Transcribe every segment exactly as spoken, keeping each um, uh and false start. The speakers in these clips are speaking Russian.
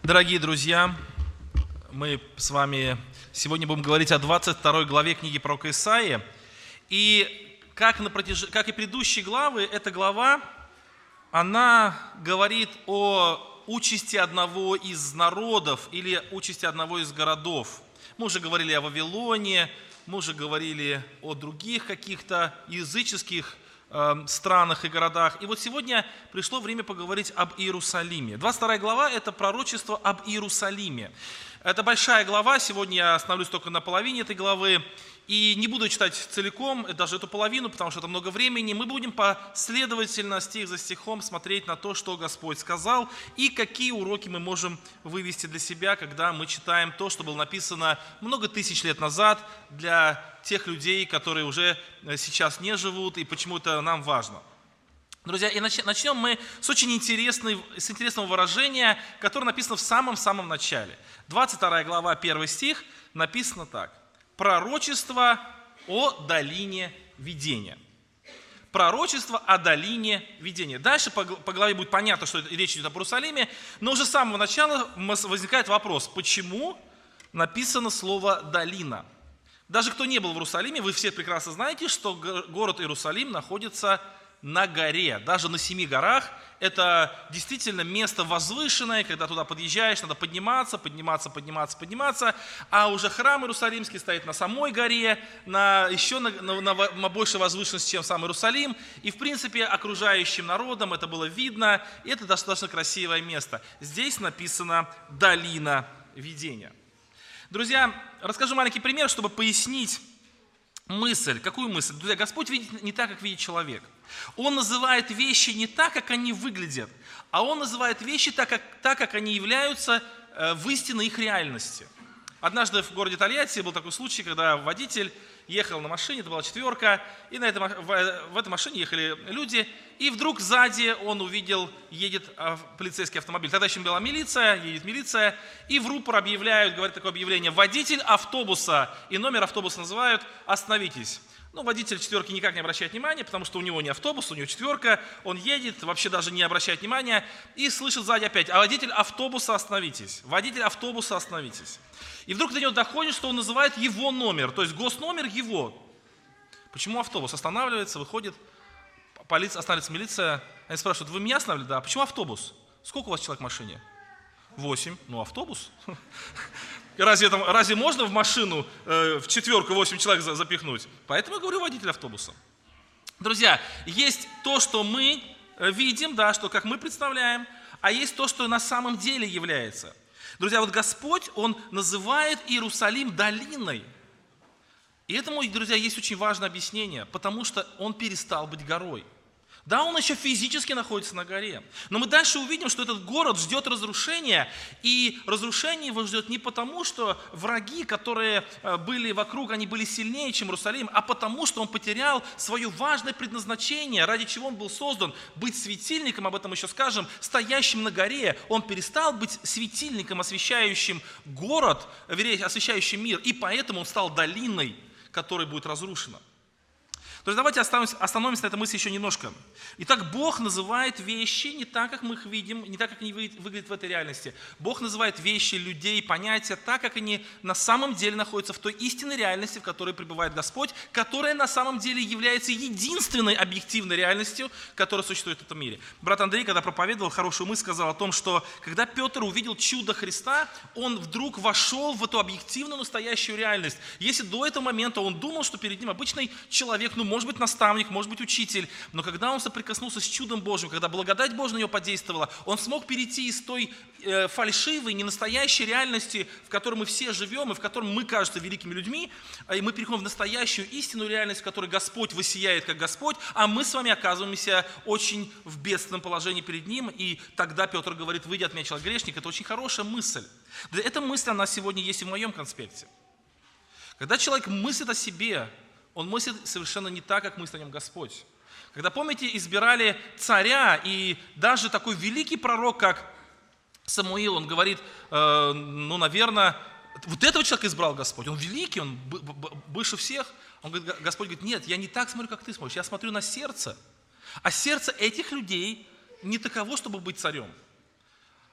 Дорогие друзья, мы с вами сегодня будем говорить о двадцать второй главе книги пророка Исаии. И как, на протяж... как и предыдущие главы, эта глава, она говорит о участи одного из народов или участи одного из городов. Мы уже говорили о Вавилоне, мы уже говорили о других каких-то языческих странах и городах. И вот сегодня пришло время поговорить об Иерусалиме. двадцать вторая глава – это пророчество об Иерусалиме. Это большая глава, сегодня я остановлюсь только на половине этой главы. И не буду читать целиком, даже эту половину, потому что это много времени. Мы будем последовательно, стих за стихом, смотреть на то, что Господь сказал, и какие уроки мы можем вывести для себя, когда мы читаем то, что было написано много тысяч лет назад для тех людей, которые уже сейчас не живут, и почему это нам важно. Друзья, и начнем мы с очень интересной, с интересного выражения, которое написано в самом-самом начале. двадцать вторая глава, первый стих, написано так. Пророчество о долине видения. Пророчество о долине видения. Дальше по главе будет понятно, что речь идет об Иерусалиме, но уже с самого начала возникает вопрос, почему написано слово «долина». Даже кто не был в Иерусалиме, вы все прекрасно знаете, что город Иерусалим находится на горе, даже на семи горах. Это действительно место возвышенное, когда туда подъезжаешь, надо подниматься, подниматься, подниматься, подниматься, а уже храм Иерусалимский стоит на самой горе, на, еще на, на, на большей возвышенности, чем сам Иерусалим, и в принципе окружающим народам это было видно, и это достаточно красивое место. Здесь написано «долина видения». Друзья, расскажу маленький пример, чтобы пояснить мысль. Какую мысль? Друзья, Господь видит не так, как видит человек. Он называет вещи не так, как они выглядят, а Он называет вещи так, как, так, как они являются в истинной их реальности. Однажды в городе Тольятти был такой случай, когда водитель ехал на машине, это была четверка, и на этом, в, в этой машине ехали люди, и вдруг сзади он увидел, едет полицейский автомобиль. Тогда еще была милиция, едет милиция, и в рупор объявляют, говорит такое объявление, водитель автобуса, и номер автобуса называют «Остановитесь». Ну, водитель четверки никак не обращает внимания, потому что у него не автобус, у него четверка, он едет, вообще даже не обращает внимания, и слышит сзади опять, а водитель автобуса остановитесь, водитель автобуса остановитесь. И вдруг до него доходит, что он называет его номер, то есть госномер его. Почему автобус останавливается, выходит, полиция, останавливается милиция, они спрашивают, вы меня останавливали? Да. Почему автобус? Сколько у вас человек в машине? Восемь. Ну, автобус. Разве, там, разве можно в машину э, в четверку восемь человек запихнуть? Поэтому я говорю водитель автобуса. Друзья, есть то, что мы видим, да, что как мы представляем, а есть то, что на самом деле является. Друзья, вот Господь, Он называет Иерусалим долиной. И этому, друзья, есть очень важное объяснение, потому что Он перестал быть горой. Да, он еще физически находится на горе. Но мы дальше увидим, что этот город ждет разрушения. И разрушение его ждет не потому, что враги, которые были вокруг, они были сильнее, чем Иерусалим, а потому, что он потерял свое важное предназначение, ради чего он был создан, быть светильником, об этом еще скажем, стоящим на горе. Он перестал быть светильником, освещающим город, вернее, освещающим мир, и поэтому он стал долиной, которая будет разрушена. То есть давайте остановимся на этой мысли еще немножко. Итак, Бог называет вещи не так, как мы их видим, не так, как они выглядят в этой реальности. Бог называет вещи, людей, понятия так, как они на самом деле находятся в той истинной реальности, в которой пребывает Господь, которая на самом деле является единственной объективной реальностью, которая существует в этом мире. Брат Андрей, когда проповедовал, хорошую мысль сказал о том, что когда Петр увидел чудо Христа, он вдруг вошел в эту объективную настоящую реальность. Если до этого момента он думал, что перед ним обычный человек, ну, может быть, наставник, может быть, учитель, но когда он соприкоснулся с чудом Божьим, когда благодать Божья на него подействовала, он смог перейти из той э, фальшивой, ненастоящей реальности, в которой мы все живем, и в которой мы кажемся великими людьми, и мы переходим в настоящую истинную реальность, в которой Господь воссияет как Господь, а мы с вами оказываемся очень в бедственном положении перед Ним, и тогда Петр говорит, выйди от меня, человек грешник. Это очень хорошая мысль. Эта мысль, она сегодня есть и в моем конспекте. Когда человек мыслит о себе, он мыслит совершенно не так, как мыслит о нем Господь. Когда, помните, избирали царя, и даже такой великий пророк, как Самуил, он говорит, э, ну, наверное, вот этого человека избрал Господь, он великий, он выше всех. Он говорит, Господь говорит, нет, я не так смотрю, как ты смотришь, я смотрю на сердце. А сердце этих людей не таково, чтобы быть царем.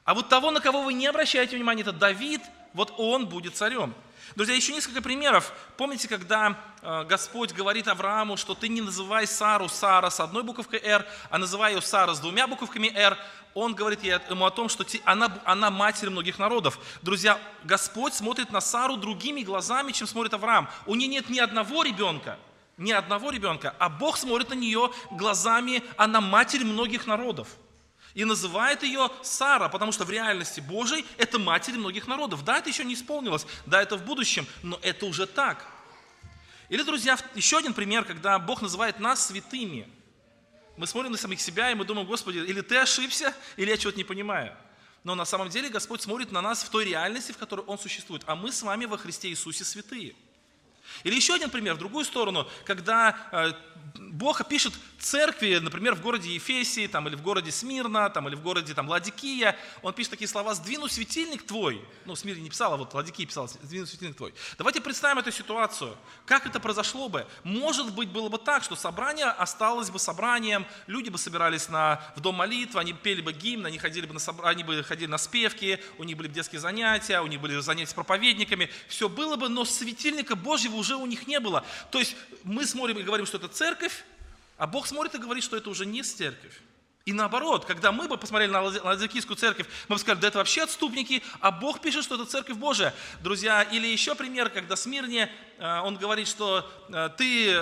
А вот того, на кого вы не обращаете внимания, это Давид, вот он будет царем. Друзья, еще несколько примеров. Помните, когда э, Господь говорит Аврааму, что ты не называй Сару Сара с одной буковкой «Р», а называй ее Сара с двумя буковками «Р», он говорит ему о том, что те, она, она матерь многих народов. Друзья, Господь смотрит на Сару другими глазами, чем смотрит Авраам. У нее нет ни одного ребенка, ни одного ребенка, а Бог смотрит на нее глазами, она матерь многих народов. И называет ее Сара, потому что в реальности Божией это матерь многих народов. Да, это еще не исполнилось, да, это в будущем, но это уже так. Или, друзья, еще один пример, когда Бог называет нас святыми. Мы смотрим на самих себя, и мы думаем: Господи, или ты ошибся, или я чего-то не понимаю. Но на самом деле Господь смотрит на нас в той реальности, в которой Он существует. А мы с вами во Христе Иисусе святые. Или еще один пример, в другую сторону, когда э, Бог пишет церкви, например, в городе Ефесии, там, или в городе Смирна, там, или в городе там, Ладикия, он пишет такие слова: «Сдвину светильник твой». Ну, Смирна не писала, вот Ладикия писала: «Сдвину светильник твой». Давайте представим эту ситуацию. Как это произошло бы? Может быть, было бы так, что собрание осталось бы собранием, люди бы собирались на, в дом молитвы, они пели бы гимн, они, ходили бы на собр... они бы ходили на спевки, у них были бы детские занятия, у них были занятия с проповедниками, все было бы, но светильника Божьего уже у них не было. То есть мы смотрим и говорим, что это церковь, а Бог смотрит и говорит, что это уже не церковь. И наоборот, когда мы бы посмотрели на Ладикийскую церковь, мы бы сказали: да это вообще отступники, а Бог пишет, что это церковь Божия. Друзья, или еще пример, когда Смирне, он говорит, что ты,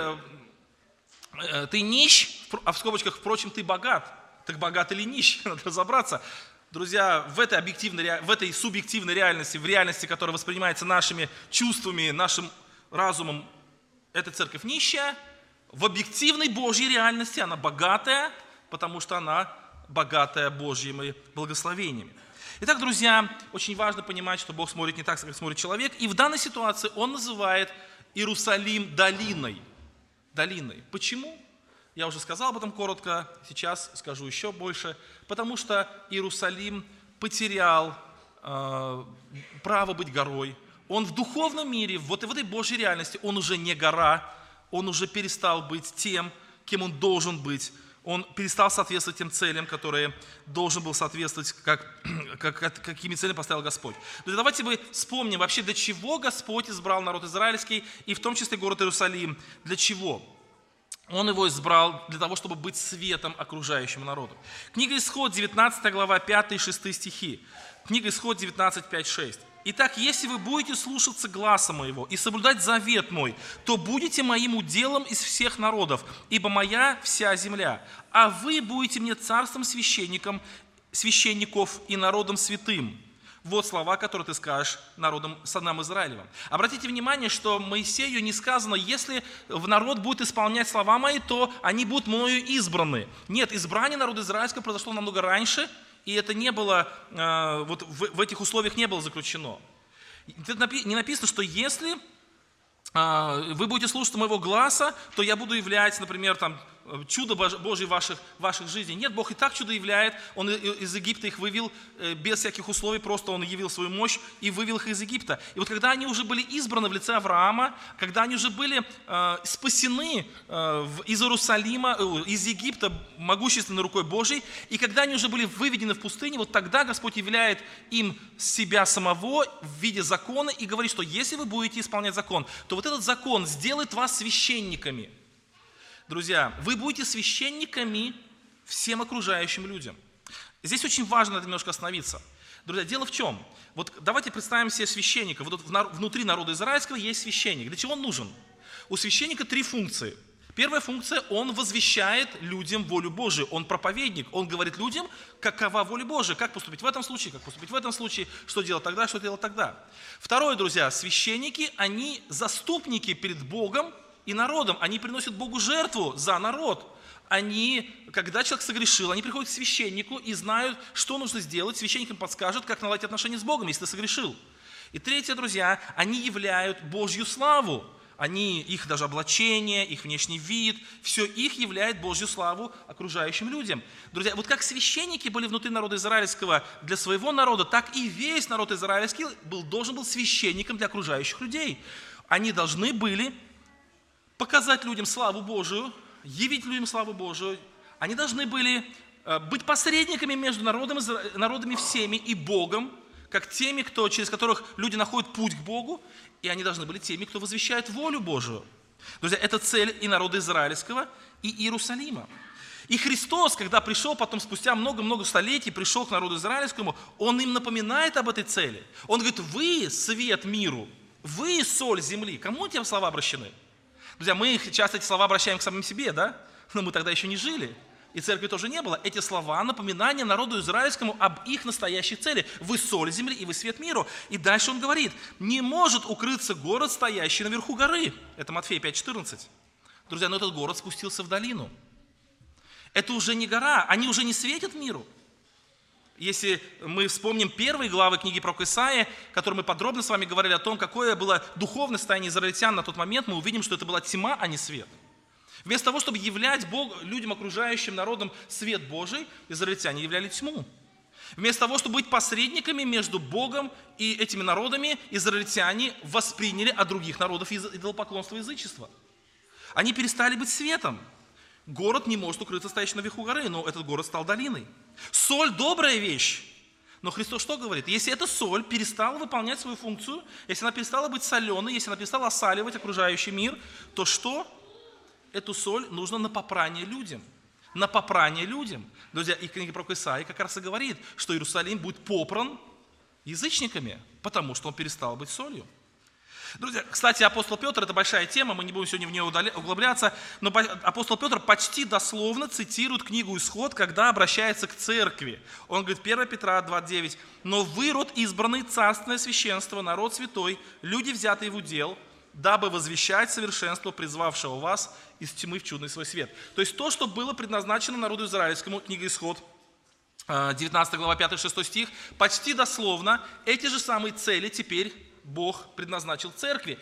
ты нищ, а в скобочках, впрочем, ты богат. Так богат или нищ? Надо разобраться. Друзья, в этой объективной, в этой субъективной реальности, в реальности, которая воспринимается нашими чувствами, нашим разумом, эта церковь нищая. В объективной Божьей реальности она богатая, потому что она богатая Божьими благословениями. Итак, друзья, очень важно понимать, что Бог смотрит не так, как смотрит человек. И в данной ситуации Он называет Иерусалим долиной. Долиной. Почему? Я уже сказал об этом коротко, сейчас скажу еще больше. Потому что Иерусалим потерял э, право быть горой. Он в духовном мире, вот в этой Божьей реальности, он уже не гора, он уже перестал быть тем, кем он должен быть. Он перестал соответствовать тем целям, которые должен был соответствовать, как, как, какими целями поставил Господь. Но давайте мы вспомним вообще, для чего Господь избрал народ израильский, и в том числе город Иерусалим. Для чего? Он его избрал для того, чтобы быть светом окружающему народу. Книга Исход, девятнадцатая глава, пятый и шестой стихи. Книга Исход девятнадцать, пять, шесть. «Итак, если вы будете слушаться гласа моего и соблюдать завет мой, то будете моим уделом из всех народов, ибо моя вся земля. А вы будете мне царством священником, священников и народом святым». Вот слова, которые ты скажешь народом, сынам Израилевым. Обратите внимание, что Моисею не сказано: если народ будет исполнять слова мои, то они будут мною избраны. Нет, избрание народа израильского произошло намного раньше, и это не было, вот в этих условиях не было заключено. Не написано, что если вы будете слушать моего гласа, то я буду являть, например, там, чудо Божие в ваших, в ваших жизнях. Нет, Бог и так чудо являет. Он из Египта их вывел без всяких условий, просто Он явил свою мощь и вывел их из Египта. И вот когда они уже были избраны в лице Авраама, когда они уже были э, спасены э, из Иерусалима, э, из Египта могущественной рукой Божьей, и когда они уже были выведены в пустыню, вот тогда Господь являет им себя самого в виде закона и говорит, что если вы будете исполнять закон, то вот этот закон сделает вас священниками. Друзья, вы будете священниками всем окружающим людям. Здесь очень важно немножко остановиться. Друзья, дело в чем? Вот давайте представим себе священника. Вот внутри народа израильского есть священник. Для чего он нужен? У священника три функции. Первая функция – он возвещает людям волю Божию. Он проповедник, он говорит людям, какова воля Божия, как поступить в этом случае, как поступить в этом случае, что делать тогда, что делать тогда. Второе, друзья, священники, они заступники перед Богом и народом, они приносят Богу жертву за народ. Они, когда человек согрешил, они приходят к священнику и знают, что нужно сделать. Священник им подскажет, как наладить отношения с Богом, если ты согрешил. И третье, друзья, они являют Божью славу. Они, их даже облачение, их внешний вид, все их являет Божью славу окружающим людям. Друзья, вот как священники были внутри народа израильского для своего народа, так и весь народ израильский был, должен был священником для окружающих людей. Они должны были показать людям славу Божию, явить людям славу Божию. Они должны были быть посредниками между народами, народами всеми и Богом, как теми, кто, через которых люди находят путь к Богу, и они должны были теми, кто возвещает волю Божию. Друзья, это цель и народа израильского, и Иерусалима. И Христос, когда пришел потом, спустя много-много столетий, пришел к народу израильскому, Он им напоминает об этой цели. Он говорит: вы свет миру, вы соль земли. Кому эти слова обращены? Друзья, мы часто эти слова обращаем к самим себе, да? Но мы тогда еще не жили. И церкви тоже не было. Эти слова – напоминание народу израильскому об их настоящей цели. Вы соль земли, и вы свет миру. И дальше он говорит: не может укрыться город, стоящий наверху горы. Это Матфея пять четырнадцать. Друзья, но этот город спустился в долину. Это уже не гора, они уже не светят миру. Если мы вспомним первые главы книги пророка Исаии, в которой мы подробно с вами говорили о том, какое было духовное состояние израильтян на тот момент, мы увидим, что это была тьма, а не свет. Вместо того, чтобы являть Богу, людям, окружающим народом, свет Божий, израильтяне являли тьму. Вместо того, чтобы быть посредниками между Богом и этими народами, израильтяне восприняли от других народов идолопоклонство и язычество. Они перестали быть светом. Город не может укрыться, стоящий наверху горы, но этот город стал долиной. Соль – добрая вещь. Но Христос что говорит? Если эта соль перестала выполнять свою функцию, если она перестала быть соленой, если она перестала осаливать окружающий мир, то что? Эту соль нужно на попрание людям. На попрание людям. Друзья, и книга пророка Исаии как раз и говорит, что Иерусалим будет попран язычниками, потому что он перестал быть солью. Друзья, кстати, апостол Петр – это большая тема, мы не будем сегодня в нее углубляться, но апостол Петр почти дословно цитирует книгу «Исход», когда обращается к церкви. Он говорит, первое Петра два девять: «Но вы, род избранный, царственное священство, народ святой, люди, взятые в удел, дабы возвещать совершенство призвавшего вас из тьмы в чудный свой свет». То есть то, что было предназначено народу израильскому, книга «Исход», девятнадцатая глава, пятый-шестой стих, почти дословно эти же самые цели теперь Бог предназначил церкви.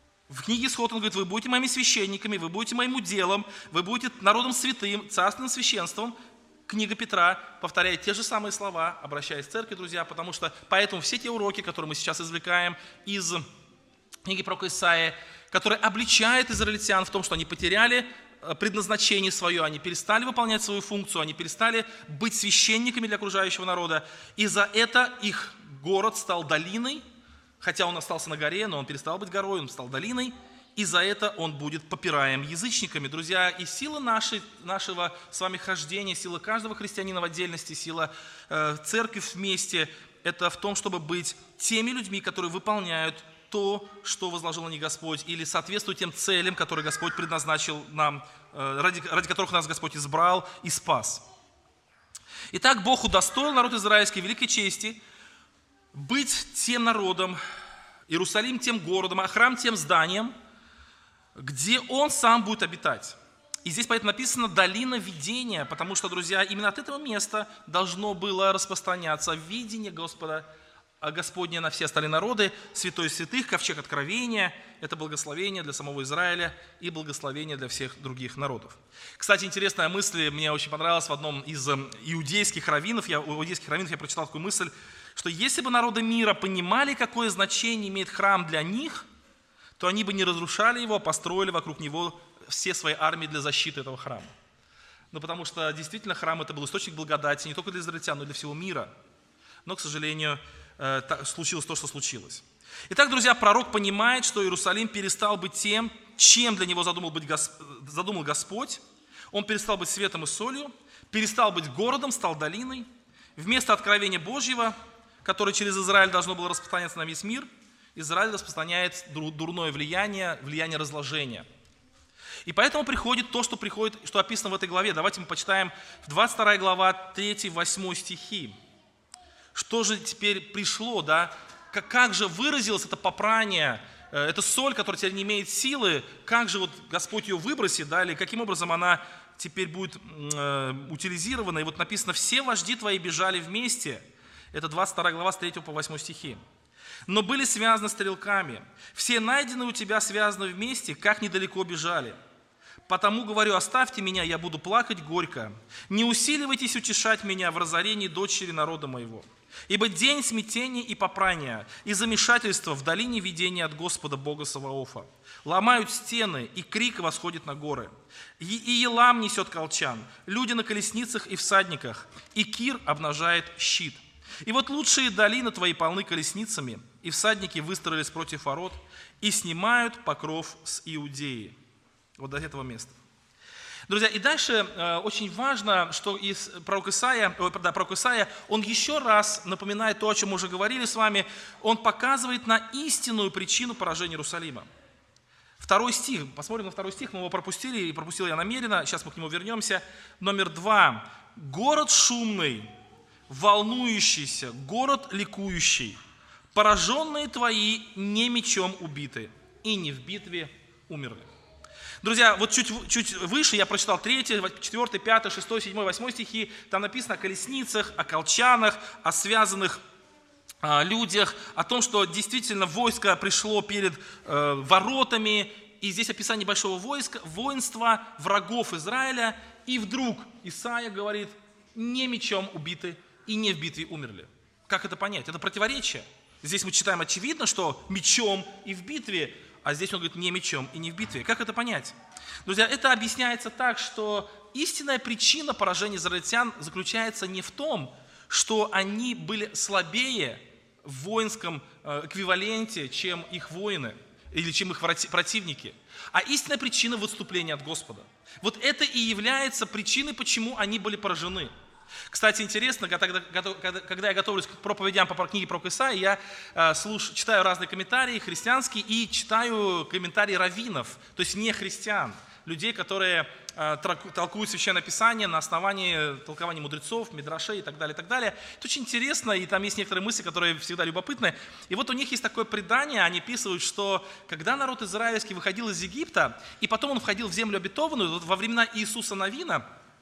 В книге «Исход» он говорит: вы будете моими священниками, вы будете моим уделом, вы будете народом святым, царственным священством. Книга Петра повторяет те же самые слова, обращаясь к церкви, друзья, потому что поэтому все те уроки, которые мы сейчас извлекаем из книги пророка Исаии, которые обличают израильтян в том, что они потеряли предназначение свое, они перестали выполнять свою функцию, они перестали быть священниками для окружающего народа, и за это их город стал долиной. Хотя он остался на горе, но он перестал быть горой, он стал долиной, и за это он будет попираем язычниками. Друзья, и сила нашей, нашего с вами хождения, сила каждого христианина в отдельности, сила э, церкви вместе, это в том, чтобы быть теми людьми, которые выполняют то, что возложил на них Господь, или соответствуют тем целям, которые Господь предназначил нам, э, ради, ради которых нас Господь избрал и спас. Итак, Бог удостоил народ израильский великой чести быть тем народом, Иерусалим тем городом, а храм тем зданием, где Он сам будет обитать. И здесь поэтому написано «долина видения», потому что, друзья, именно от этого места должно было распространяться видение Господа, Господне на все остальные народы, святой святых, ковчег откровения, это благословение для самого Израиля и благословение для всех других народов. Кстати, интересная мысль, мне очень понравилась в одном из иудейских раввинов, я, у иудейских раввинов я прочитал такую мысль, что если бы народы мира понимали, какое значение имеет храм для них, то они бы не разрушали его, а построили вокруг него все свои армии для защиты этого храма. Ну, потому что действительно храм это был источник благодати не только для израильтян, но и для всего мира. Но, к сожалению, случилось то, что случилось. Итак, друзья, пророк понимает, что Иерусалим перестал быть тем, чем для него задумал, быть Госп... задумал Господь. Он перестал быть светом и солью, перестал быть городом, стал долиной. Вместо откровения Божьего, которое через Израиль должно было распространяться на весь мир, Израиль распространяет дурное влияние, влияние разложения. И поэтому приходит то, что, приходит, что описано в этой главе. Давайте мы почитаем двадцать вторая глава, три-восемь стихи. Что же теперь пришло, да? Как, как же выразилось это попрание, э, эта соль, которая теперь не имеет силы, как же вот Господь ее выбросит, да, или каким образом она теперь будет э, утилизирована. И вот написано: «Все вожди твои бежали вместе». Это двадцать вторая глава, с третьего по восьмой стихи. «Но были связаны стрелками. Все найденные у тебя связаны вместе, как недалеко бежали. Потому говорю, оставьте меня, я буду плакать горько. Не усиливайтесь утешать меня в разорении дочери народа моего. Ибо день смятения и попрания, и замешательства в долине видения от Господа Бога Саваофа. Ломают стены, и крик восходит на горы. И, и елам несет колчан, люди на колесницах и всадниках, и Кир обнажает щит. И вот лучшие долины твои полны колесницами, и всадники выстроились против ворот, и снимают покров с Иудеи». Вот до этого места. Друзья, и дальше э, очень важно, что из, пророк, Исаия, о, да, пророк Исаия, он еще раз напоминает то, о чем мы уже говорили с вами, он показывает на истинную причину поражения Иерусалима. Второй стих, посмотрим на второй стих, мы его пропустили, и пропустил я намеренно, сейчас мы к нему вернемся. Номер два. «Город шумный, волнующийся, город ликующий, пораженные твои не мечом убиты, и не в битве умерли». Друзья, вот чуть, чуть выше я прочитал третий, четвёртый, пятый, шестой, седьмой, восьмой стихи. Там написано о колесницах, о колчанах, о связанных э, людях, о том, что действительно войско пришло перед э, воротами. И здесь описание большого войска, воинства врагов Израиля. И вдруг Исаия говорит: не мечом убиты и не в битве умерли. Как это понять? Это противоречие. Здесь мы читаем очевидно, что мечом и в битве, а здесь он говорит: не мечом и не в битве. Как это понять? Друзья, это объясняется так, что истинная причина поражения израильтян заключается не в том, что они были слабее в воинском эквиваленте, чем их воины или чем их противники, а истинная причина в отступлении от Господа. Вот это и является причиной, почему они были поражены. Кстати, интересно, когда, когда я готовлюсь к проповедям по книге пророка Исаии, я э, слуш, читаю разные комментарии христианские и читаю комментарии раввинов, то есть не христиан, людей, которые э, толкуют Священное Писание на основании толкования мудрецов, мидрашей и так далее, и так далее. Это очень интересно, и там есть некоторые мысли, которые всегда любопытны. И вот у них есть такое предание, они описывают, что когда народ израильский выходил из Египта, и потом он входил в землю обетованную, вот во времена Иисуса Навина,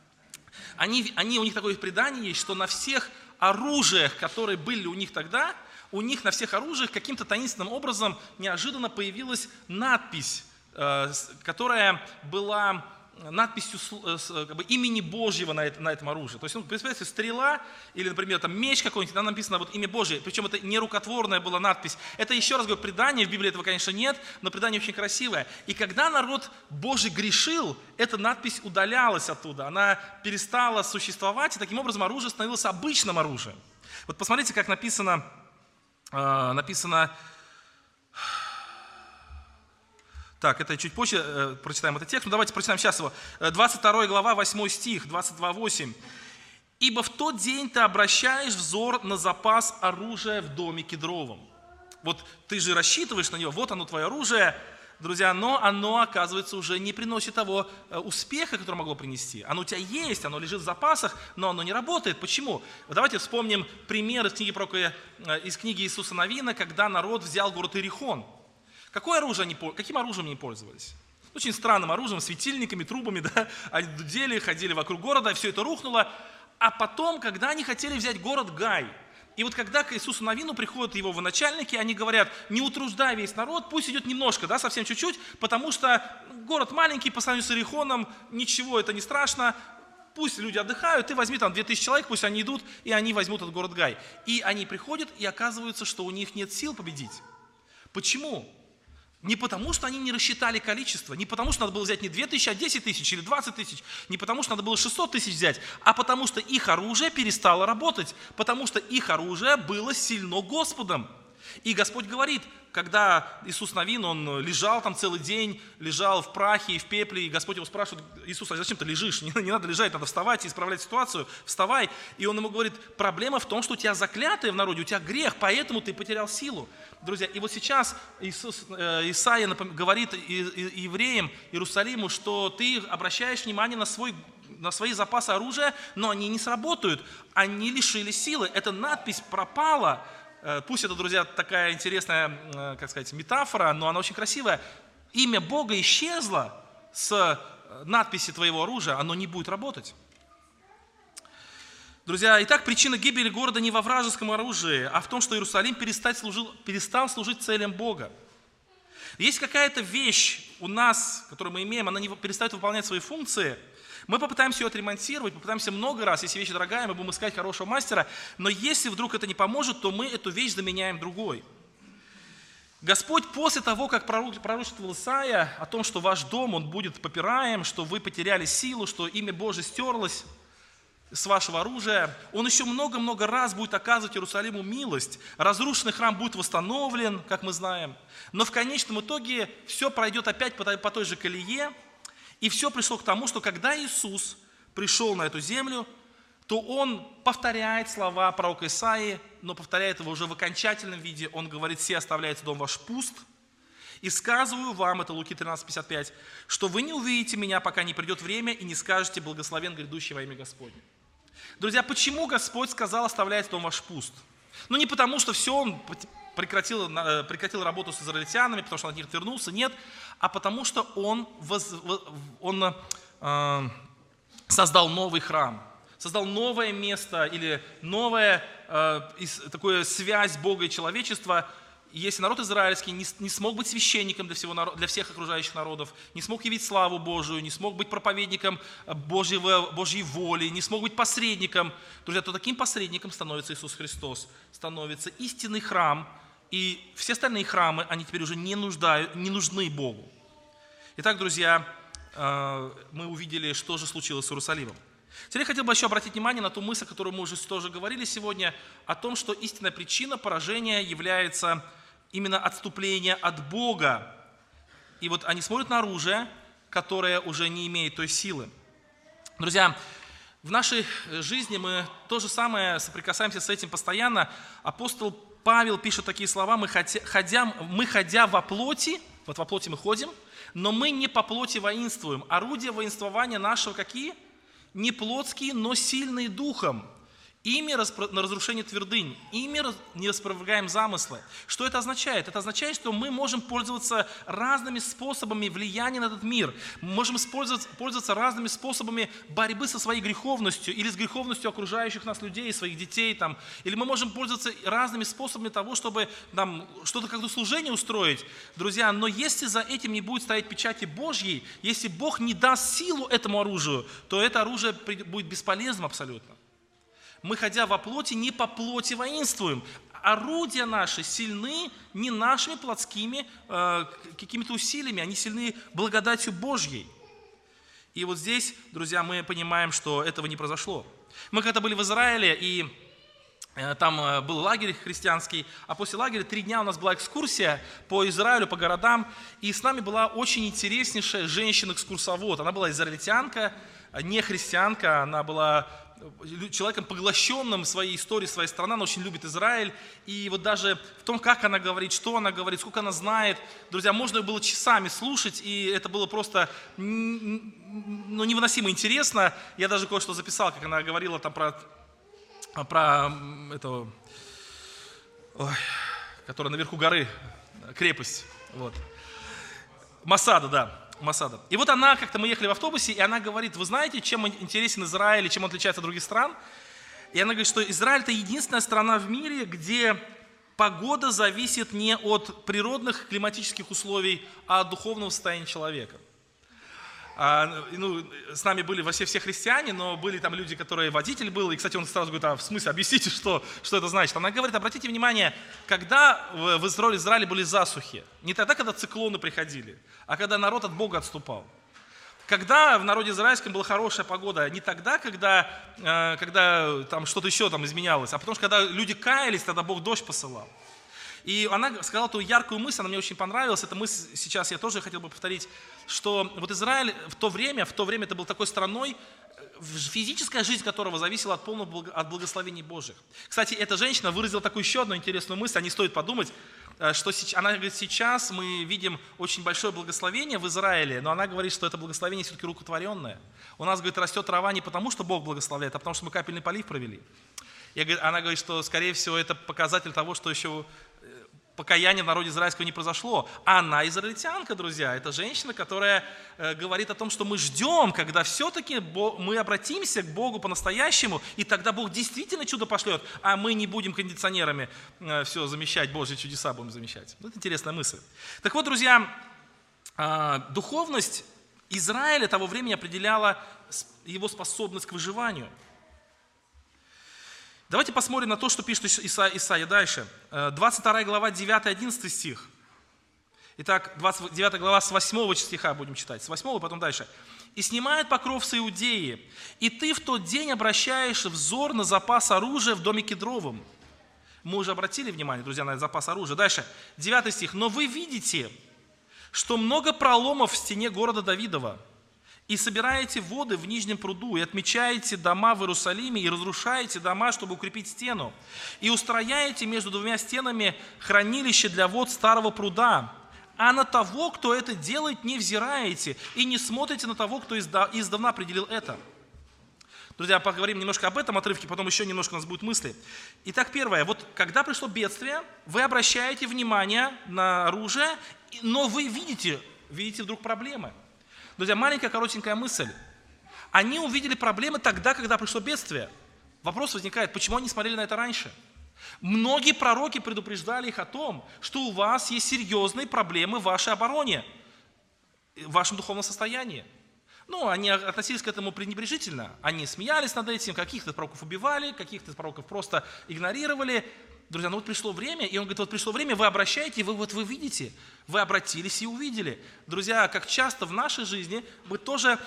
Они, они, у них такое предание есть, что на всех оружиях, которые были у них тогда, у них на всех оружиях каким-то таинственным образом неожиданно появилась надпись, э, которая была надписью э, как бы, имени Божьего на, это, на этом оружии. То есть, ну, представьте, стрела или, например, там, меч какой-нибудь, там написано вот, имя Божье, причем это не рукотворная была надпись. Это, еще раз говорю, предание, в Библии этого, конечно, нет, но предание очень красивое. И когда народ Божий грешил, эта надпись удалялась оттуда, она перестала существовать, и таким образом оружие становилось обычным оружием. Вот посмотрите, как написано, э, написано... Так, это чуть позже э, прочитаем этот текст, но давайте прочитаем сейчас его. двадцать вторая глава, восьмой стих, двадцать два восемь. «Ибо в тот день ты обращаешь взор на запас оружия в доме кедровом». Вот ты же рассчитываешь на него, вот оно твое оружие, друзья, но оно, оказывается, уже не приносит того успеха, который могло принести. Оно у тебя есть, оно лежит в запасах, но оно не работает. Почему? Давайте вспомним пример из книги, пророка, из книги Иисуса Навина, когда народ взял город Иерихон. Какое оружие они, каким оружием они пользовались? Очень странным оружием, светильниками, трубами, да? Они дудели, ходили вокруг города, все это рухнуло. А потом, когда они хотели взять город Гай, и вот когда к Иисусу Навину приходят его военачальники, они говорят: не утруждай весь народ, пусть идет немножко, да, совсем чуть-чуть, потому что город маленький, по сравнению с Иерихоном, ничего, это не страшно, пусть люди отдыхают, ты возьми там две тысячи человек, пусть они идут, и они возьмут этот город Гай. И они приходят, и оказывается, что у них нет сил победить. Почему? Не потому, что они не рассчитали количество, не потому, что надо было взять не две тысячи, а десять тысяч или двадцать тысяч, не потому, что надо было шестьсот тысяч взять, а потому, что их оружие перестало работать, потому что их оружие было сильно Господом. И Господь говорит, когда Иисус Навин, он лежал там целый день, лежал в прахе и в пепле, и Господь его спрашивает: Иисус, а зачем ты лежишь? Не, не надо лежать, надо вставать и исправлять ситуацию, вставай. И он ему говорит: проблема в том, что у тебя заклятые в народе, у тебя грех, поэтому ты потерял силу. Друзья, и вот сейчас Иисус, э, Исаия говорит и, и, евреям, Иерусалиму, что ты обращаешь внимание на, свой, на свои запасы оружия, но они не сработают, они лишились силы, эта надпись пропала. Пусть это, друзья, такая интересная, как сказать, метафора, но она очень красивая. Имя Бога исчезло с надписи твоего оружия, оно не будет работать. Друзья, итак, причина гибели города не во вражеском оружии, а в том, что Иерусалим перестал служить, перестал служить целям Бога. Есть какая-то вещь у нас, которую мы имеем, она не перестает выполнять свои функции, Мы попытаемся ее отремонтировать, попытаемся много раз, если вещь дорогая, мы будем искать хорошего мастера, но если вдруг это не поможет, то мы эту вещь заменяем другой. Господь после того, как пророчествовал Исаия о том, что ваш дом, он будет попираем, что вы потеряли силу, что имя Божие стерлось с вашего оружия, Он еще много-много раз будет оказывать Иерусалиму милость. Разрушенный храм будет восстановлен, как мы знаем. Но в конечном итоге все пройдет опять по той же колее. И все пришло к тому, что когда Иисус пришел на эту землю, то Он повторяет слова пророка Исаии, но повторяет его уже в окончательном виде. Он говорит: «Се оставляется дом ваш пуст, и сказываю вам», это Луки тринадцать пятьдесят пять, «что вы не увидите меня, пока не придет время, и не скажете: благословен грядущий во имя Господне». Друзья, почему Господь сказал: «Оставляется дом ваш пуст»? Ну не потому, что все, Он прекратил, прекратил работу с израильтянами, потому что Он от них вернулся, нет, а потому что Он, воз, он э, создал новый храм. Создал новое место или новая э, такая связь Бога и человечества. И если народ израильский не, не смог быть священником для, всего, для всех окружающих народов, не смог явить славу Божию, не смог быть проповедником Божьего, Божьей воли, не смог быть посредником, друзья, то таким посредником становится Иисус Христос, становится истинный храм, и все остальные храмы, они теперь уже не, нуждают, не нужны Богу. Итак, друзья, э, мы увидели, что же случилось с Иерусалимом. Теперь я хотел бы еще обратить внимание на ту мысль, о которой мы уже тоже говорили сегодня, о том, что истинная причина поражения является именно отступление от Бога. И вот они смотрят на оружие, которое уже не имеет той силы. Друзья, в нашей жизни мы то же самое соприкасаемся с этим постоянно. Апостол Павел пишет такие слова: «Мы ходя, мы ходя во плоти», вот во плоти мы ходим, «но мы не по плоти воинствуем». Орудия воинствования нашего какие? Не плотские, но сильные духом. Ими на разрушение твердынь, ими не распровергаем замыслы. Что это означает? Это означает, что мы можем пользоваться разными способами влияния на этот мир. Мы можем пользоваться, пользоваться разными способами борьбы со своей греховностью или с греховностью окружающих нас людей, своих детей. Там. Или мы можем пользоваться разными способами того, чтобы там, что-то как-то служение устроить. Друзья, но если за этим не будет стоять печати Божьей, если Бог не даст силу этому оружию, то это оружие будет бесполезным абсолютно. Мы, ходя во плоти, не по плоти воинствуем. Орудия наши сильны не нашими плотскими э, какими-то усилиями, они сильны благодатью Божьей. И вот здесь, друзья, мы понимаем, что этого не произошло. Мы когда были в Израиле, и э, там э, был лагерь христианский, а после лагеря три дня у нас была экскурсия по Израилю, по городам, и с нами была очень интереснейшая женщина-экскурсовод. Она была израильтянка, не христианка, она была человеком, поглощенным своей историей, своей страны, она очень любит Израиль, и вот даже в том, как она говорит, что она говорит, сколько она знает, друзья, можно было часами слушать, и это было просто ну, невыносимо интересно. Я даже кое-что записал, как она говорила там про, про этого, ой, которая наверху горы, крепость, вот, Масада, да. Масада. И вот она, как-то мы ехали в автобусе, и она говорит: вы знаете, чем интересен Израиль и чем он отличается от других стран? И она говорит, что Израиль – это единственная страна в мире, где погода зависит не от природных климатических условий, а от духовного состояния человека. А, ну, с нами были вообще все христиане, но были там люди, которые водитель был, и, кстати, он сразу говорит: а в смысле, объясните, что, что это значит. Она говорит: обратите внимание, когда в, в Израиле, Израиле были засухи, не тогда, когда циклоны приходили, а когда народ от Бога отступал. Когда в народе израильском была хорошая погода, не тогда, когда, э, когда там что-то еще там изменялось, а потому что когда люди каялись, тогда Бог дождь посылал. И она сказала ту яркую мысль, она мне очень понравилась, эта мысль сейчас я тоже хотел бы повторить, что вот Израиль в то время, в то время это был такой страной, физическая жизнь которого зависела от полного от благословений Божьих. Кстати, эта женщина выразила такую еще одну интересную мысль, а не стоит подумать, что она говорит: сейчас мы видим очень большое благословение в Израиле, но она говорит, что это благословение все-таки рукотворенное. У нас, говорит, растет трава не потому, что Бог благословляет, а потому, что мы капельный полив провели. И она говорит, что, скорее всего, это показатель того, что еще покаяние в народе израильского не произошло. А она израильтянка, друзья. Это женщина, которая э, говорит о том, что мы ждем, когда все-таки мы обратимся к Богу по-настоящему, и тогда Бог действительно чудо пошлет, а мы не будем кондиционерами э, все замещать, Божьи чудеса будем замещать. Вот интересная мысль. Так вот, друзья, э, духовность Израиля того времени определяла его способность к выживанию. Давайте посмотрим на то, что пишет Иса, Исаия дальше. двадцать вторая глава, девятый-одиннадцатый стих. Итак, двадцать девятая глава с восьмого стиха будем читать. С восьмого, потом дальше. «И снимает покров с Иудеи, и ты в тот день обращаешь взор на запас оружия в доме Кедровом». Мы уже обратили внимание, друзья, на запас оружия. Дальше, девятый стих. «Но вы видите, что много проломов в стене города Давидова, и собираете воды в Нижнем пруду, и отмечаете дома в Иерусалиме, и разрушаете дома, чтобы укрепить стену, и устрояете между двумя стенами хранилище для вод старого пруда. А на того, кто это делает, не взираете, и не смотрите на того, кто издавна определил это». Друзья, поговорим немножко об этом отрывке, потом еще немножко у нас будут мысли. Итак, первое. Вот когда пришло бедствие, вы обращаете внимание на оружие, но вы видите, видите вдруг проблемы. Друзья, маленькая коротенькая мысль. Они увидели проблемы тогда, когда пришло бедствие. Вопрос возникает, почему они смотрели на это раньше? Многие пророки предупреждали их о том, что у вас есть серьезные проблемы в вашей обороне, в вашем духовном состоянии. Ну, они относились к этому пренебрежительно. Они смеялись над этим, каких-то пророков убивали, каких-то пророков просто игнорировали. Друзья, ну вот пришло время, и он говорит, вот пришло время, вы обращаете, вы вот вы видите, вы обратились и увидели. Друзья, как часто в нашей жизни мы тоже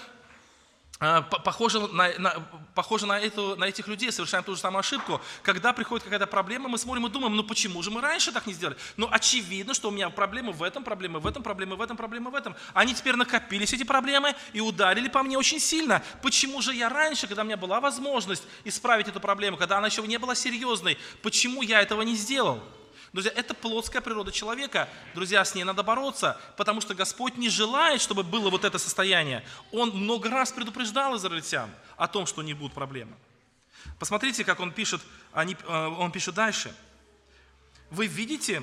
э, похожи, на, на, похожи на, эту, на этих людей, совершаем ту же самую ошибку. Когда приходит какая-то проблема, мы смотрим и думаем, ну почему же мы раньше так не сделали? Ну очевидно, что у меня проблемы в этом, проблемы в этом, проблемы в этом, проблемы в этом. Они теперь накопились, эти проблемы, и ударили по мне очень сильно. Почему же я раньше, когда у меня была возможность исправить эту проблему, когда она еще не была серьезной, почему я этого не сделал? Друзья, это плотская природа человека. Друзья, с ней надо бороться, потому что Господь не желает, чтобы было вот это состояние. Он много раз предупреждал израильтян о том, что не будут проблемы. Посмотрите, как он пишет, он пишет дальше. «Вы видите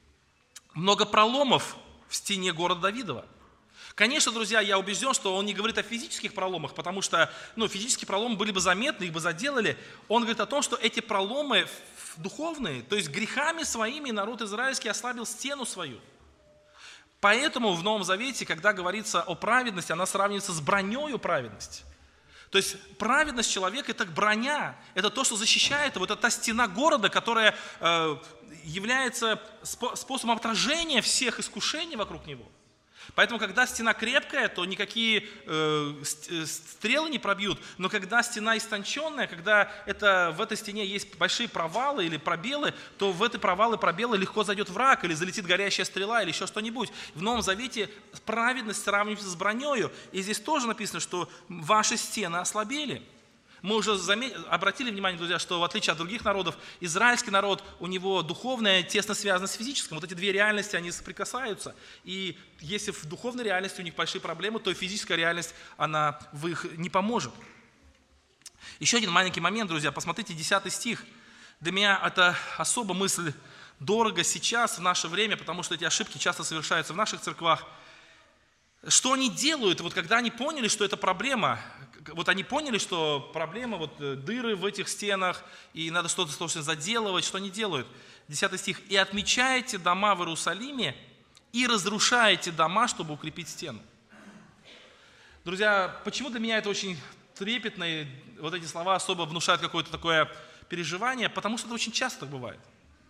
много проломов в стене города Давидова». Конечно, друзья, я убежден, что он не говорит о физических проломах, потому что ну, физические проломы были бы заметны, их бы заделали. Он говорит о том, что эти проломы духовные, то есть грехами своими народ израильский ослабил стену свою. Поэтому в Новом Завете, когда говорится о праведности, она сравнивается с бронею праведности. То есть праведность человека – это броня, это то, что защищает его, это та стена города, которая э, является способом отражения всех искушений вокруг него. Поэтому, когда стена крепкая, то никакие э, стрелы не пробьют. Но когда стена истонченная, когда это, в этой стене есть большие провалы или пробелы, то в эти провалы, пробелы легко зайдет враг, или залетит горящая стрела, или еще что-нибудь. В Новом Завете праведность сравнивается с бронею. И здесь тоже написано, что ваши стены ослабели. Мы уже заметили, обратили внимание, друзья, что в отличие от других народов, израильский народ, у него духовное тесно связано с физическим. Вот эти две реальности, они соприкасаются. И если в духовной реальности у них большие проблемы, то физическая реальность, она в их не поможет. Еще один маленький момент, друзья, посмотрите десятый стих. Для меня это особо мысль дорого сейчас, в наше время, потому что эти ошибки часто совершаются в наших церквах. Что они делают, вот когда они поняли, что это проблема, вот они поняли, что проблема, вот дыры в этих стенах, и надо что-то срочно заделывать, что они делают? Десятый стих. «И отмечаете дома в Иерусалиме, и разрушаете дома, чтобы укрепить стену». Друзья, почему для меня это очень трепетно, и вот эти слова особо внушают какое-то такое переживание? Потому что это очень часто так бывает.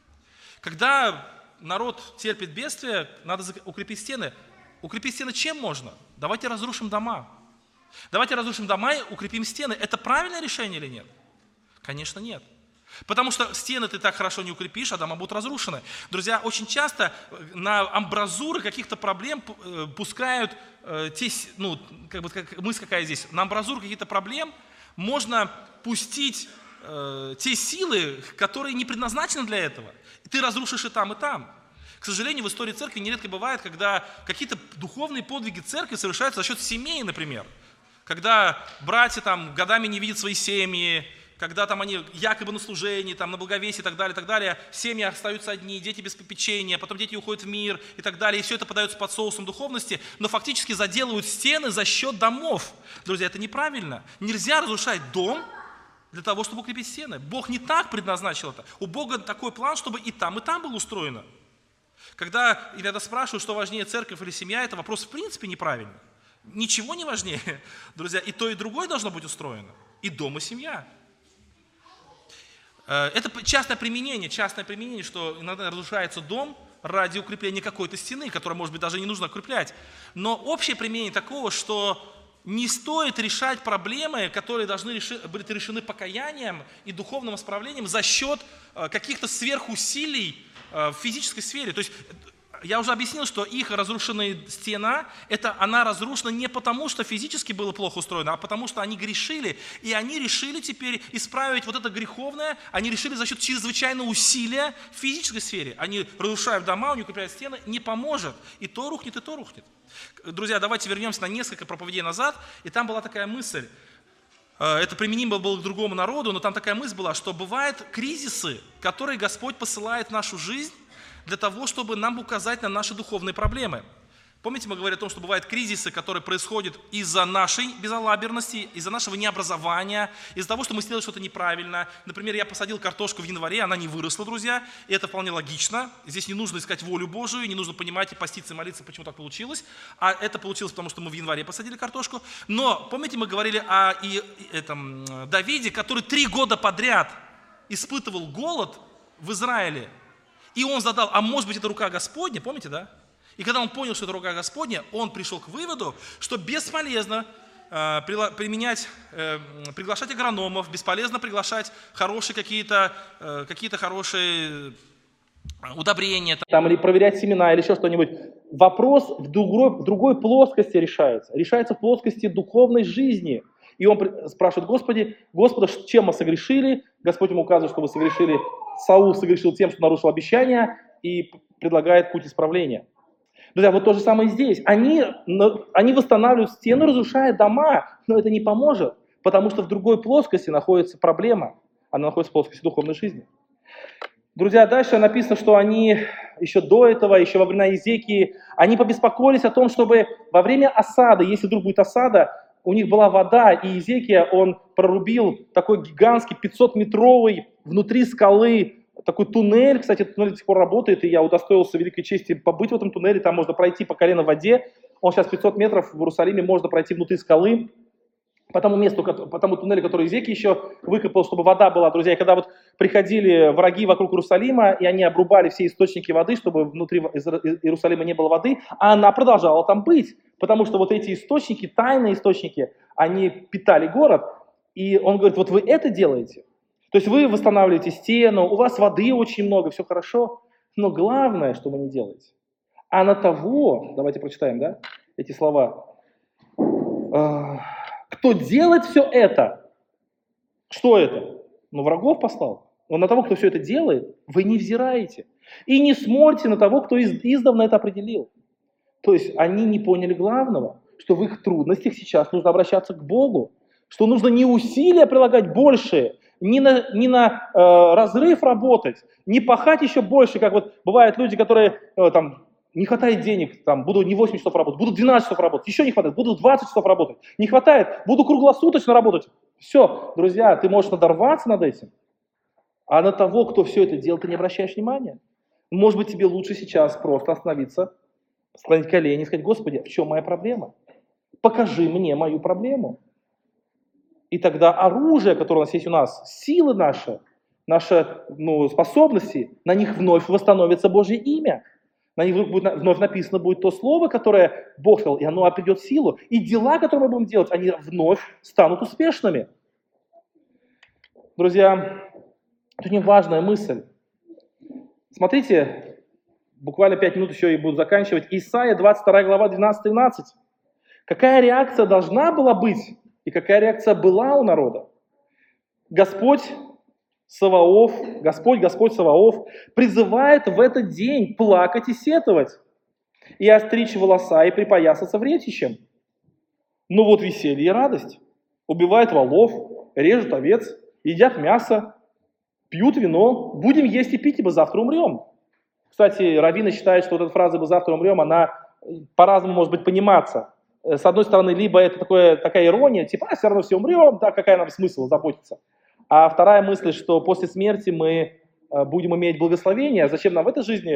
Когда народ терпит бедствие, надо укрепить стены. Укрепить стены чем можно? Давайте разрушим дома. Давайте разрушим дома и укрепим стены. Это правильное решение или нет? Конечно, нет. Потому что стены ты так хорошо не укрепишь, а дома будут разрушены. Друзья, очень часто на амбразуры каких-то проблем пускают э, те, ну, как бы как мысль какая здесь, на амбразуры каких-то проблем можно пустить э, те силы, которые не предназначены для этого. И ты разрушишь и там, и там. К сожалению, в истории церкви нередко бывает, когда какие-то духовные подвиги церкви совершаются за счет семей, например. Когда братья там годами не видят свои семьи, когда там они якобы на служении, там, на благовесии и так далее, и так далее, семьи остаются одни, дети без попечения, потом дети уходят в мир и так далее, и все это подается под соусом духовности, но фактически заделывают стены за счет домов. Друзья, это неправильно. Нельзя разрушать дом для того, чтобы укрепить стены. Бог не так предназначил это. У Бога такой план, чтобы и там, и там было устроено. Когда иногда спрашивают, что важнее, церковь или семья, это вопрос в принципе неправильный. Ничего не важнее, друзья, и то, и другое должно быть устроено. И дом, и семья. Это частное применение, частное применение, что иногда разрушается дом ради укрепления какой-то стены, которую, может быть, даже не нужно укреплять. Но общее применение такого, что не стоит решать проблемы, которые должны реши, быть решены покаянием и духовным исправлением за счет каких-то сверхусилий в физической сфере. То есть я уже объяснил, что их разрушенная стена, это она разрушена не потому, что физически было плохо устроено, а потому, что они грешили, и они решили теперь исправить вот это греховное, они решили за счет чрезвычайного усилия в физической сфере. Они разрушают дома, они укрепляют стены, не поможет. И то рухнет, и то рухнет. Друзья, давайте вернемся на несколько проповедей назад, и там была такая мысль, это применимо было к другому народу, но там такая мысль была, что бывают кризисы, которые Господь посылает в нашу жизнь, для того, чтобы нам указать на наши духовные проблемы. Помните, мы говорили о том, что бывают кризисы, которые происходят из-за нашей безалаберности, из-за нашего необразования, из-за того, что мы сделали что-то неправильно. Например, я посадил картошку в январе, она не выросла, друзья, и это вполне логично. Здесь не нужно искать волю Божию, не нужно понимать и поститься, и молиться, почему так получилось. А это получилось, потому что мы в январе посадили картошку. Но, помните, мы говорили о и, и, этом, Давиде, который три года подряд испытывал голод в Израиле. И он задал, а может быть это рука Господня, помните, да? И когда он понял, что это рука Господня, он пришел к выводу, что бесполезно э, применять, э, приглашать агрономов, бесполезно приглашать хорошие какие-то, э, какие-то хорошие удобрения. Там, или проверять семена, или еще что-нибудь. Вопрос в другой, в другой плоскости решается. Решается в плоскости духовной жизни. И он спрашивает, Господи, Господа, чем мы согрешили? Господь ему указывает, что вы согрешили. Саул согрешил тем, что нарушил обещание, и предлагает путь исправления. Друзья, вот то же самое и здесь. Они, они восстанавливают стены, разрушая дома, но это не поможет, потому что в другой плоскости находится проблема. Она находится в плоскости духовной жизни. Друзья, дальше написано, что они еще до этого, еще во времена Иезекии, они побеспокоились о том, чтобы во время осады, если вдруг будет осада, у них была вода, и Иезекия, он прорубил такой гигантский пятисотметровый внутри скалы такой туннель. Кстати, этот туннель до сих пор работает, и я удостоился великой чести побыть в этом туннеле. Там можно пройти по колено в воде. Он сейчас пятьсот метров в Иерусалиме, можно пройти внутри скалы. По тому месту, по тому туннелю, который Иезекия еще выкопал, чтобы вода была, друзья. И когда вот приходили враги вокруг Иерусалима, и они обрубали все источники воды, чтобы внутри Иерусалима не было воды, а она продолжала там быть. Потому что вот эти источники, тайные источники, они питали город. И он говорит, вот вы это делаете. То есть вы восстанавливаете стену, у вас воды очень много, все хорошо. Но главное, что вы не делаете. А на того, давайте прочитаем, да, эти слова. Кто делает все это? Что это? Ну, врагов послал. Но на того, кто все это делает, вы не взираете. И не смотрите на того, кто из, издавна это определил. То есть они не поняли главного, что в их трудностях сейчас нужно обращаться к Богу, что нужно не усилия прилагать больше, не на, не на э, разрыв работать, не пахать еще больше, как вот бывают люди, которые э, там, не хватает денег, там, буду не восемь часов работать, буду двенадцать часов работать, еще не хватает, буду двадцать часов работать, не хватает, буду круглосуточно работать. Все, друзья, ты можешь надорваться над этим, а на того, кто все это делает, ты не обращаешь внимания. Может быть, тебе лучше сейчас просто остановиться, склонить колени и сказать, Господи, в чем моя проблема? Покажи мне мою проблему. И тогда оружие, которое у нас есть у нас, силы наши, наши ну, способности, на них вновь восстановится Божье имя. На них будет, вновь написано будет то слово, которое Бог сказал, и оно придет в силу. И дела, которые мы будем делать, они вновь станут успешными. Друзья, это очень важная мысль. Смотрите, буквально пять минут еще и буду заканчивать. Исайя, двадцать вторая глава, двенадцать-тринадцать. Какая реакция должна была быть и какая реакция была у народа? Господь Саваоф, Господь, Господь Саваоф призывает в этот день плакать и сетовать, и остричь волоса, и припоясаться вретищем. Ну вот веселье и радость. Убивают волов, режут овец, едят мясо, пьют вино. Будем есть и пить, ибо завтра умрем. Кстати, раввины считают, что вот эта фраза «ибо завтра умрем», она по-разному может быть пониматься. С одной стороны, либо это такое, такая ирония, типа, а все равно все умрем, да, какая нам смысл заботиться. А вторая мысль, что после смерти мы будем иметь благословение, зачем нам в этой жизни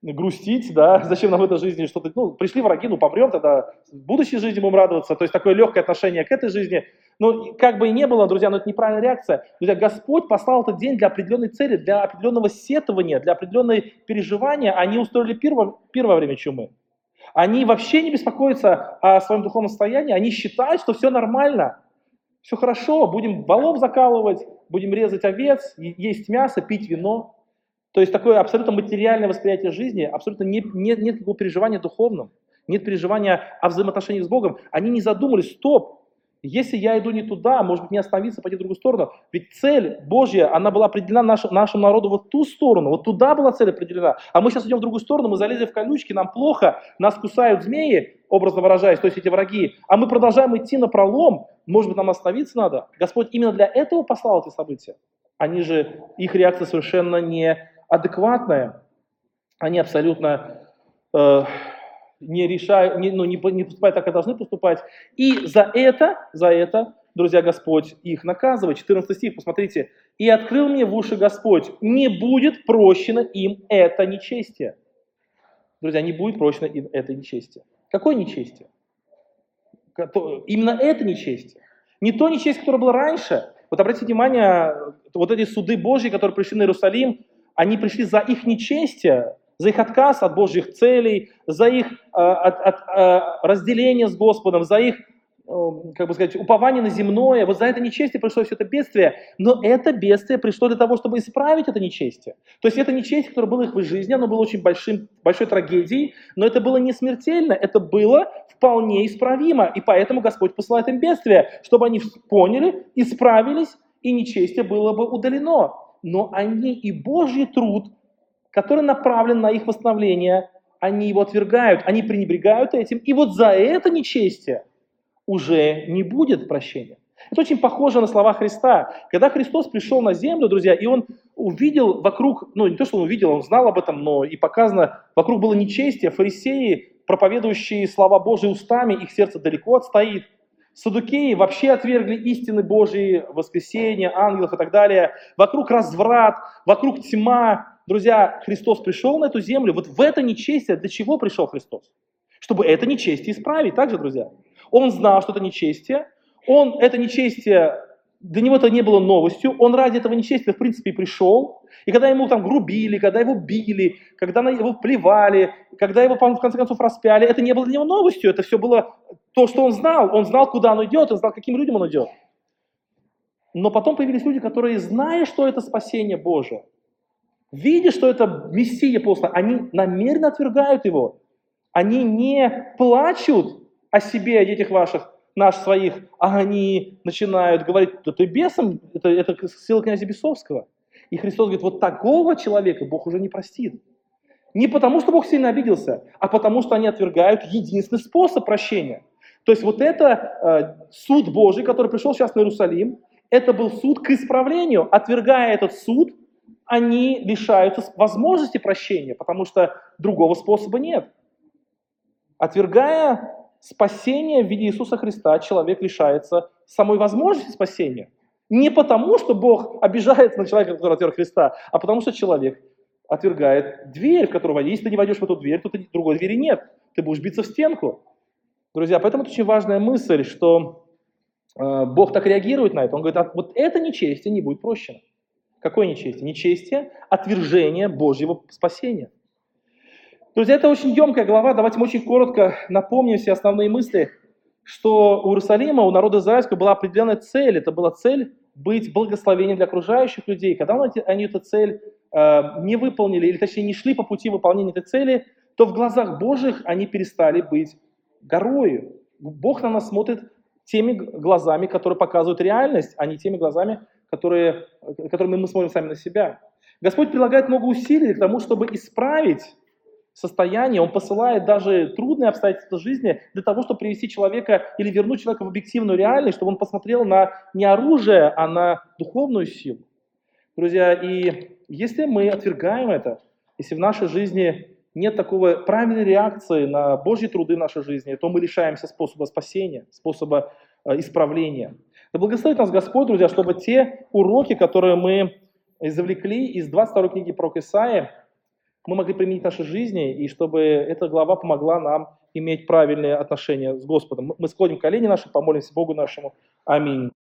грустить, да, зачем нам в этой жизни что-то, ну, пришли враги, ну, помрем, тогда в будущей жизни будем радоваться, то есть такое легкое отношение к этой жизни, ну, как бы и не было, друзья, но это неправильная реакция. Друзья, Господь послал этот день для определенной цели, для определенного сетования, для определенной переживания. Они устроили пир во, пир во время чумы. Они вообще не беспокоятся о своем духовном состоянии, они считают, что все нормально, все хорошо, будем волов закалывать, будем резать овец, есть мясо, пить вино. То есть такое абсолютно материальное восприятие жизни, абсолютно нет, нет, нет никакого переживания духовном, нет переживания о взаимоотношениях с Богом. Они не задумались, стоп, если я иду не туда, может быть, не остановиться, пойти в другую сторону. Ведь цель Божья, она была определена нашему, нашему народу вот в ту сторону, вот туда была цель определена. А мы сейчас идем в другую сторону, мы залезли в колючки, нам плохо, нас кусают змеи, образно выражаясь, то есть эти враги, а мы продолжаем идти напролом, может быть, нам остановиться надо. Господь именно для этого послал эти события. Они же, их реакция совершенно неадекватная, они абсолютно... Э, не решают, не, ну, не, не поступают так, как должны поступать. И за это, за это, друзья, Господь их наказывает. четырнадцатый стих, посмотрите. «И открыл мне в уши Господь, не будет прощено им это нечестие». Друзья, не будет прощено им это нечестие. Какое нечестие? Именно это нечестие. Не то нечестие, которое было раньше. Вот обратите внимание, вот эти суды Божьи, которые пришли на Иерусалим, они пришли за их нечестие, за их отказ от Божьих целей, за их э, от, от, э, разделение с Господом, за их, э, как бы сказать, упование на земное. Вот за это нечестие пришло все это бедствие. Но это бедствие пришло для того, чтобы исправить это нечестие. То есть это нечестие, которое было их в их жизни, оно было очень большим, большой трагедией, но это было не смертельно, это было вполне исправимо. И поэтому Господь посылает им бедствие, чтобы они поняли, исправились, и нечестие было бы удалено. Но они и Божий труд, который направлен на их восстановление, они его отвергают, они пренебрегают этим, и вот за это нечестие уже не будет прощения. Это очень похоже на слова Христа. Когда Христос пришел на землю, друзья, и Он увидел вокруг, ну не то, что Он увидел, Он знал об этом, но и показано, вокруг было нечестие, фарисеи, проповедующие слова Божьи устами, их сердце далеко отстоит. Саддукеи вообще отвергли истины Божьи, воскресения, ангелов и так далее. Вокруг разврат, вокруг тьма. Друзья, Христос пришел на эту землю, вот в это нечестие, для чего пришел Христос? Чтобы это нечестие исправить, так же, друзья? Он знал, что это нечестие, он это нечестие, для него это не было новостью, он ради этого нечестия, в принципе, и пришел, и когда ему там грубили, когда его били, когда на его плевали, когда его, в конце концов, распяли, это не было для него новостью, это все было то, что он знал, он знал, куда он идет, он знал, к каким людям он идет. Но потом появились люди, которые, зная, что это спасение Божие, видя, что это Мессия послан, они намеренно отвергают его. Они не плачут о себе, о детях ваших, наш своих, а они начинают говорить, да ты бесом, это, это сила князя Бесовского. И Христос говорит, вот такого человека Бог уже не простит. Не потому, что Бог сильно обиделся, а потому, что они отвергают единственный способ прощения. То есть вот это э, суд Божий, который пришел сейчас на Иерусалим, это был суд к исправлению. Отвергая этот суд, они лишаются возможности прощения, потому что другого способа нет. Отвергая спасение в виде Иисуса Христа, человек лишается самой возможности спасения. Не потому, что Бог обижается на человека, который отверг Христа, а потому, что человек отвергает дверь, в которую войдет. Если ты не войдешь в эту дверь, то ты, другой двери нет. Ты будешь биться в стенку. Друзья, поэтому это очень важная мысль, что э, Бог так реагирует на это. Он говорит, а вот это нечестие не будет прощено. Какое нечестие? Нечестие – отвержение Божьего спасения. Друзья, это очень емкая глава. Давайте мы очень коротко напомним все основные мысли, что у Иерусалима, у народа израильского была определенная цель. Это была цель быть благословением для окружающих людей. Когда они эту цель э, не выполнили, или точнее не шли по пути выполнения этой цели, то в глазах Божьих они перестали быть горою. Бог на нас смотрит теми глазами, которые показывают реальность, а не теми глазами, которые, которыми мы смотрим сами на себя. Господь прилагает много усилий к тому, чтобы исправить состояние. Он посылает даже трудные обстоятельства жизни для того, чтобы привести человека или вернуть человека в объективную реальность, чтобы он посмотрел на не оружие, а на духовную силу. Друзья, и если мы отвергаем это, если в нашей жизни нет такой правильной реакции на Божьи труды в нашей жизни, то мы лишаемся способа спасения, способа э, исправления. Да благословит нас Господь, друзья, чтобы те уроки, которые мы извлекли из двадцать второй книги пророка Исаии, мы могли применить в нашей жизни, и чтобы эта глава помогла нам иметь правильные отношения с Господом. Мы склоним колени наши, помолимся Богу нашему. Аминь.